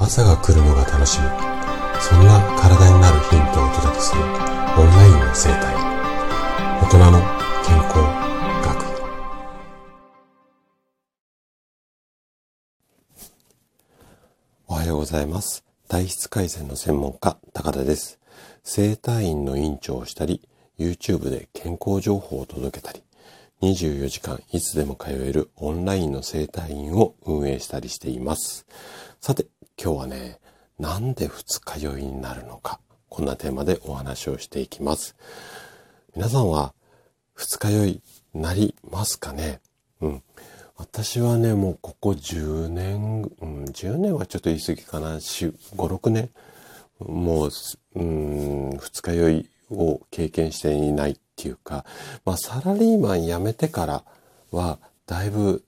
朝が来るのが楽しみ、そんな体になるヒントをお届けするオンラインの生態、大人の健康学。おはようございます。体質改善の専門家高田です。整体院の院長をしたり、 YouTube で健康情報を届けたり、24時間いつでも通えるオンラインの整体院を運営したりしています。さて今日はね、なんで二日酔いになるのか、こんなテーマでお話をしていきます。皆さんは二日酔いなりますかね。私はね、もうここ10年、10年はちょっと言い過ぎかな、5、6年、もう、二日酔いを経験していないっていうか、サラリーマン辞めてからは、だいぶ、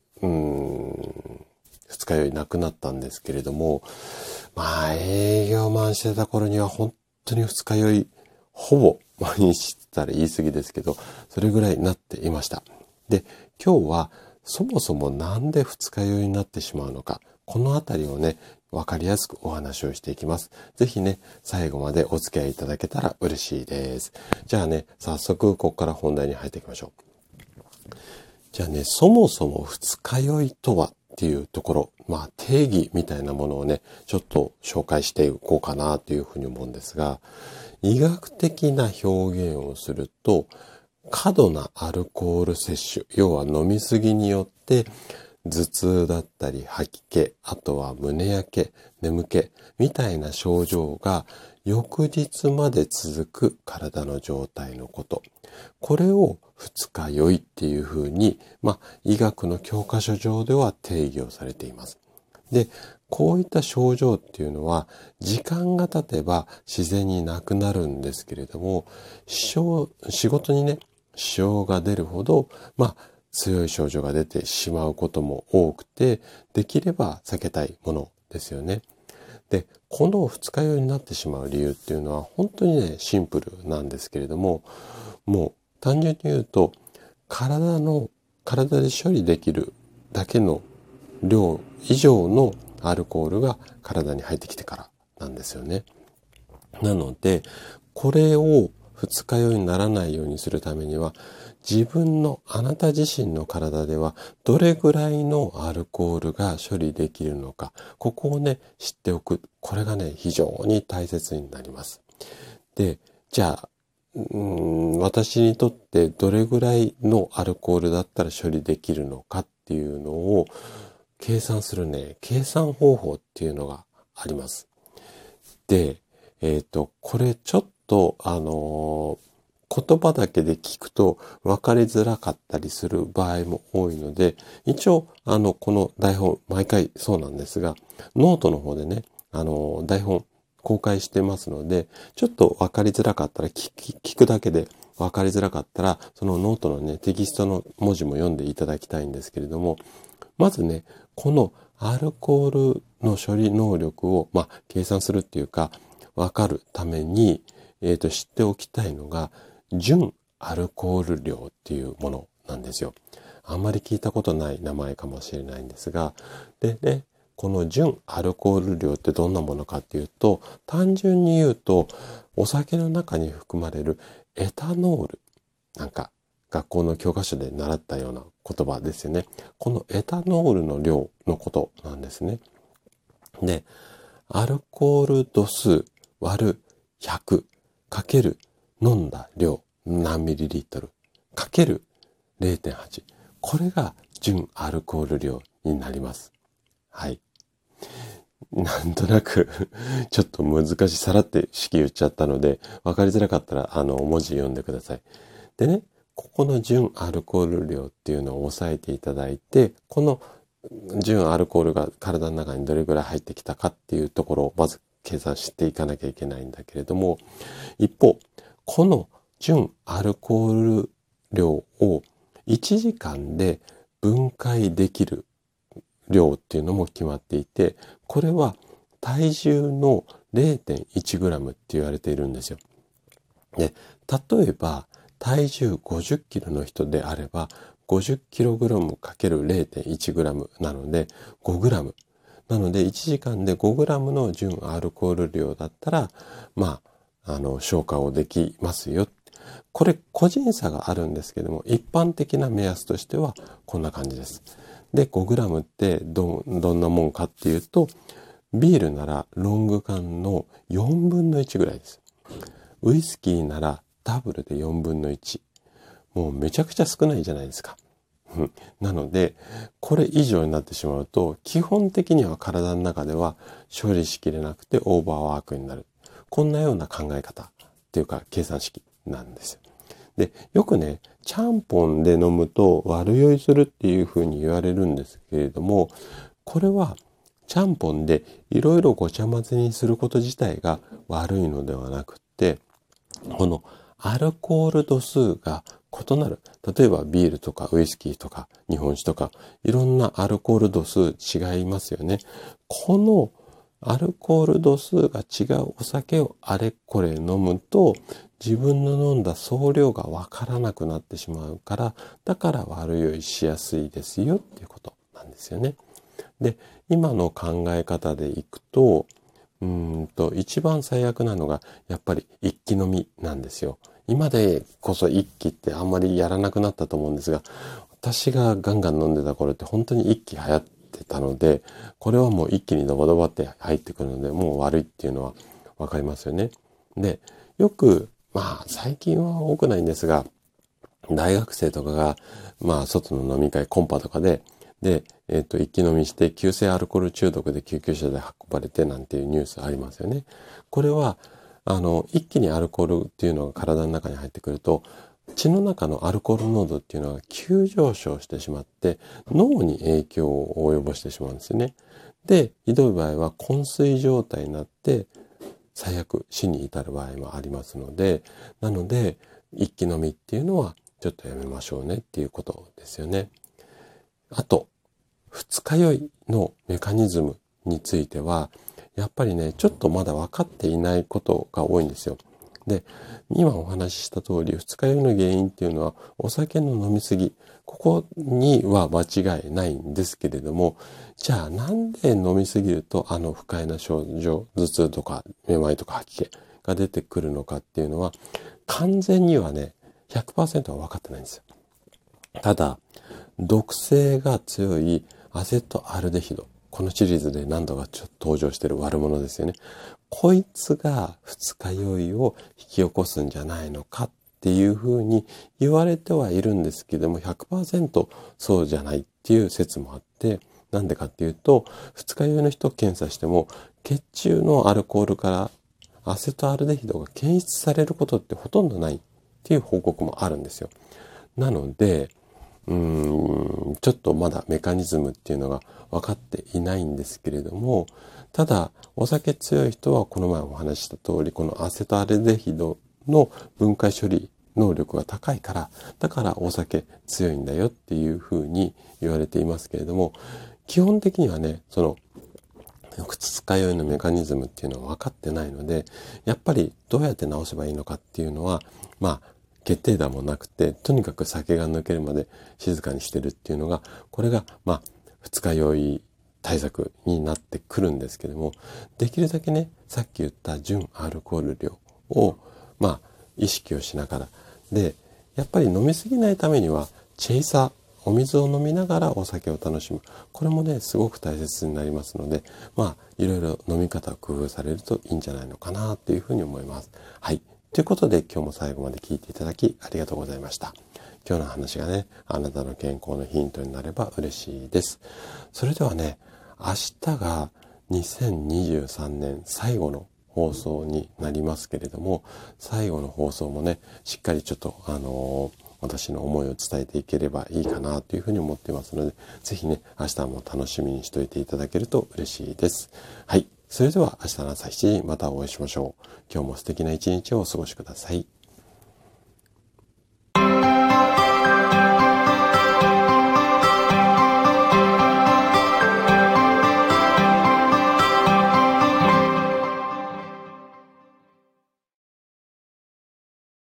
二日酔いなくなったんですけれども、営業マンしてた頃には本当に二日酔い、ほぼ毎日って言ったら言い過ぎですけど、それぐらいになっていました。で、今日はそもそもなんで二日酔いになってしまうのか、このあたりをね、わかりやすくお話をしていきます。ぜひね、最後までお付き合いいただけたら嬉しいです。じゃあね、早速ここから本題に入っていきましょう。じゃあね、そもそも二日酔いとはっていうところ、定義みたいなものをね、ちょっと紹介していこうかなというふうに思うんですが、医学的な表現をすると、過度なアルコール摂取、要は飲みすぎによって頭痛だったり吐き気、あとは胸焼け、眠気みたいな症状が翌日まで続く体の状態のこと。これを二日酔いっていうふうに、医学の教科書上では定義をされています。で、こういった症状っていうのは時間が経てば自然になくなるんですけれども、仕事にね、支障が出るほど、強い症状が出てしまうことも多くて、できれば避けたいものですよね。で、この二日酔いになってしまう理由っていうのは本当にね、シンプルなんですけれども、もう単純に言うと、体で処理できるだけの量以上のアルコールが体に入ってきてからなんですよね。なので、これを二日酔いにならないようにするためには、自分のあなた自身の体ではどれぐらいのアルコールが処理できるのか、ここをね、知っておく。これがね、非常に大切になります。で、じゃあ、私にとってどれぐらいのアルコールだったら処理できるのかっていうのを計算するね、計算方法っていうのがあります。で、これちょっと、言葉だけで聞くと分かりづらかったりする場合も多いので、一応、この台本、毎回そうなんですが、ノートの方でね、台本公開してますので、ちょっと分かりづらかったら、聞くだけで分かりづらかったら、そのノートのね、テキストの文字も読んでいただきたいんですけれども、まずね、このアルコールの処理能力を、計算するっていうか、分かるために、知っておきたいのが、純アルコール量っていうものなんですよ。あんまり聞いたことない名前かもしれないんですが、でね、この純アルコール量ってどんなものかっていうと、単純に言うと、お酒の中に含まれるエタノール、なんか学校の教科書で習ったような言葉ですよね。このエタノールの量のことなんですね。で、アルコール度数割る100かける飲んだ量何ミリリットルかける 0.8。これが純アルコール量になります。はい。なんとなくちょっと難しい、さらって式言っちゃったので、分かりづらかったら文字読んでください。でね、ここの純アルコール量っていうのを押さえていただいて、この純アルコールが体の中にどれぐらい入ってきたかっていうところをまず計算していかなきゃいけないんだけれども、一方、この純アルコール量を1時間で分解できる量っていうのも決まっていて、これは体重の 0.1g って言われているんですよ。で、例えば体重50キロの人であれば 50kg×0.1g なので 5g なので1時間で 5g の純アルコール量だったら、消化をできますよ。これ個人差があるんですけども、一般的な目安としてはこんな感じです。で、5g ってどんなもんかっていうと、ビールならロング缶の4分の1ぐらいです。ウイスキーならダブルで4分の1。もうめちゃくちゃ少ないじゃないですか。なので、これ以上になってしまうと、基本的には体の中では処理しきれなくてオーバーワークになる。こんなような考え方っていうか計算式なんですよ。で、よくね、ちゃんぽんで飲むと悪酔いするっていうふうに言われるんですけれども、これはちゃんぽんでいろいろごちゃ混ぜにすること自体が悪いのではなくって、このアルコール度数が異なる。例えばビールとかウイスキーとか日本酒とかいろんなアルコール度数違いますよね。このアルコール度数が違うお酒をあれこれ飲むと自分の飲んだ総量がわからなくなってしまうから、だから悪酔いしやすいですよっていうことなんですよね。で、今の考え方でいくと、一番最悪なのがやっぱり一気飲みなんですよ。今でこそ一気ってあんまりやらなくなったと思うんですが、私がガンガン飲んでた頃って本当に一気流行ってたので、これはもう一気にドバドバって入ってくるので、もう悪いっていうのはわかりますよね。で、よく、最近は多くないんですが、大学生とかが、外の飲み会、コンパとかで、一気飲みして急性アルコール中毒で救急車で運ばれてなんていうニュースありますよね。これは、一気にアルコールっていうのが体の中に入ってくると、血の中のアルコール濃度っていうのが急上昇してしまって、脳に影響を及ぼしてしまうんですよね。で、ひどい場合は昏睡状態になって、最悪死に至る場合もありますので、なので、一気飲みっていうのはちょっとやめましょうねっていうことですよね。あと、二日酔いのメカニズムについては、やっぱりね、ちょっとまだ分かっていないことが多いんですよ。で、今お話しした通り、二日酔いの原因っていうのは、お酒の飲みすぎ。ここには間違いないんですけれども、じゃあなんで飲みすぎると不快な症状、頭痛とかめまいとか吐き気が出てくるのかっていうのは、完全にはね、100% は分かってないんですよ。ただ、毒性が強いアセトアルデヒド。このシリーズで何度か登場している悪者ですよね。こいつが二日酔いを引き起こすんじゃないのかっていうふうに言われてはいるんですけども、100% そうじゃないっていう説もあって、なんでかっていうと、二日酔いの人を検査しても、血中のアルコールからアセトアルデヒドが検出されることってほとんどないっていう報告もあるんですよ。なので、ちょっとまだメカニズムっていうのが分かっていないんですけれども、ただ、お酒強い人はこの前お話しした通り、このアセトアルデヒドの分解処理能力が高いから、だからお酒強いんだよっていうふうに言われていますけれども、基本的にはね、その、二日酔いのメカニズムっていうのは分かってないので、やっぱりどうやって治せばいいのかっていうのは、決定打もなくて、とにかく酒が抜けるまで静かにしてるっていうのが、これが、二日酔い対策になってくるんですけども、できるだけね、さっき言った純アルコール量を、意識をしながら。で、やっぱり飲みすぎないためには、チェイサー、お水を飲みながらお酒を楽しむ。これもね、すごく大切になりますので、いろいろ飲み方を工夫されるといいんじゃないのかなというふうに思います。はい。ということで今日も最後まで聞いていただきありがとうございました。今日の話がね、あなたの健康のヒントになれば嬉しいです。それではね、明日が2023年最後の放送になりますけれども、最後の放送もね、しっかりちょっと私の思いを伝えていければいいかなというふうに思っていますので、ぜひね、明日も楽しみにしておいていただけると嬉しいです。はい。それでは明日の朝7時にまたお会いしましょう。今日も素敵な一日をお過ごしください。